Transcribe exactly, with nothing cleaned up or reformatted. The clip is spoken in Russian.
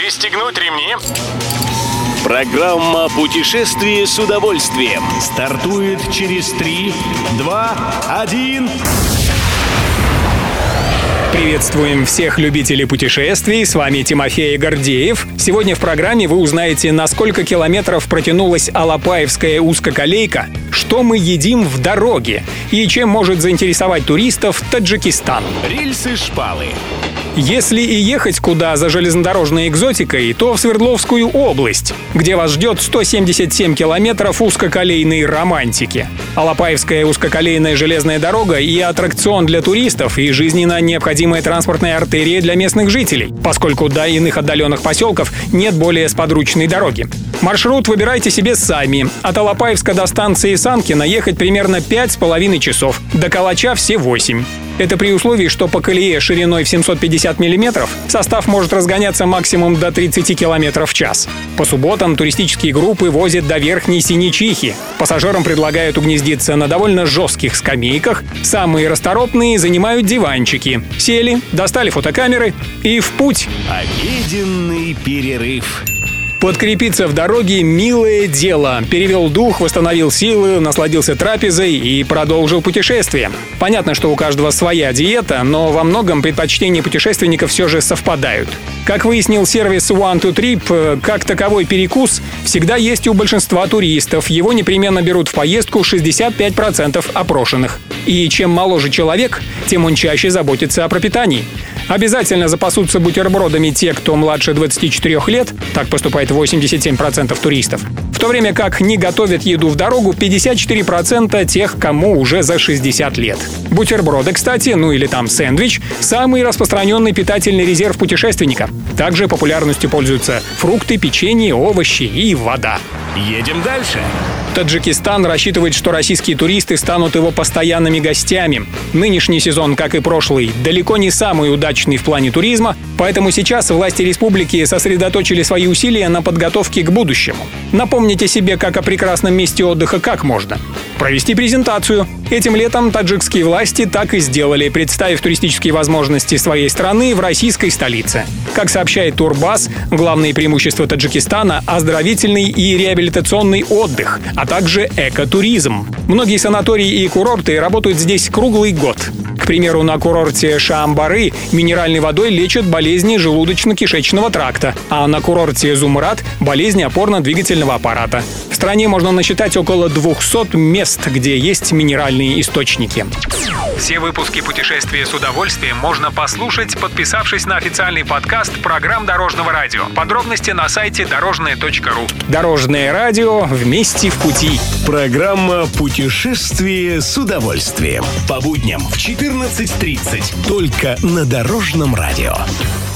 Пристегнуть ремни. Программа «Путешествие с удовольствием» стартует через три, два, один. Приветствуем всех любителей путешествий, с вами Тимофей Гордеев. Сегодня в программе вы узнаете, на сколько километров протянулась Алапаевская узкоколейка, что мы едим в дороге и чем может заинтересовать туристов Таджикистан. Рельсы-шпалы. Если и ехать куда за железнодорожной экзотикой, то в Свердловскую область, где вас ждет сто семьдесят семь километров узкоколейной романтики. Алапаевская узкоколейная железная дорога и аттракцион для туристов, и жизненно необходимая транспортная артерия для местных жителей, поскольку до иных отдаленных поселков нет более сподручной дороги. Маршрут выбирайте себе сами. От Алапаевска до станции Санкина ехать примерно пять с половиной часов, до Калача все восемь. Это при условии, что по колее шириной в семьсот пятьдесят миллиметров состав может разгоняться максимум до тридцать километров в час. По субботам туристические группы возят до Верхней Синичихи. Пассажирам предлагают угнездиться на довольно жестких скамейках. Самые расторопные занимают диванчики. Сели, достали фотокамеры и в путь. Обеденный перерыв. Подкрепиться в дороге – милое дело. Перевел дух, восстановил силы, насладился трапезой и продолжил путешествие. Понятно, что у каждого своя диета, но во многом предпочтения путешественников все же совпадают. Как выяснил сервис One to Trip, как таковой перекус всегда есть у большинства туристов. Его непременно берут в поездку шестьдесят пять процентов опрошенных. И чем моложе человек, тем он чаще заботится о пропитании. Обязательно запасутся бутербродами те, кто младше двадцати четырёх лет, так поступает восемьдесят семь процентов туристов. В то время как не готовят еду в дорогу пятьдесят четыре процента тех, кому уже за шестьдесят лет. Бутерброды, кстати, ну или там сэндвич – самый распространенный питательный резерв путешественника. Также популярностью пользуются фрукты, печенье, овощи и вода. Едем дальше. Таджикистан рассчитывает, что российские туристы станут его постоянными гостями. Нынешний сезон, как и прошлый, далеко не самый удачный в плане туризма, поэтому сейчас власти республики сосредоточили свои усилия на подготовке к будущему. Напомнить о себе как о прекрасном месте отдыха как можно. Провести презентацию. Этим летом таджикские власти так и сделали, представив туристические возможности своей страны в российской столице. Как сообщает Турбаз, главные преимущества Таджикистана – оздоровительный и реабилитационный отдых, а также экотуризм. Многие санатории и курорты работают здесь круглый год. К примеру, на курорте Шаамбары минеральной водой лечат болезни желудочно-кишечного тракта, а на курорте Зумрат – болезни опорно-двигательного аппарата. В стране можно насчитать около двухсот мест, где есть минеральные источники. Все выпуски «Путешествия с удовольствием» можно послушать, подписавшись на официальный подкаст программ Дорожного радио. Подробности на сайте дорожное точка ру. Дорожное радио вместе в пути. Программа «Путешествие с удовольствием». По будням в четырнадцать тридцать. Только на Дорожном радио.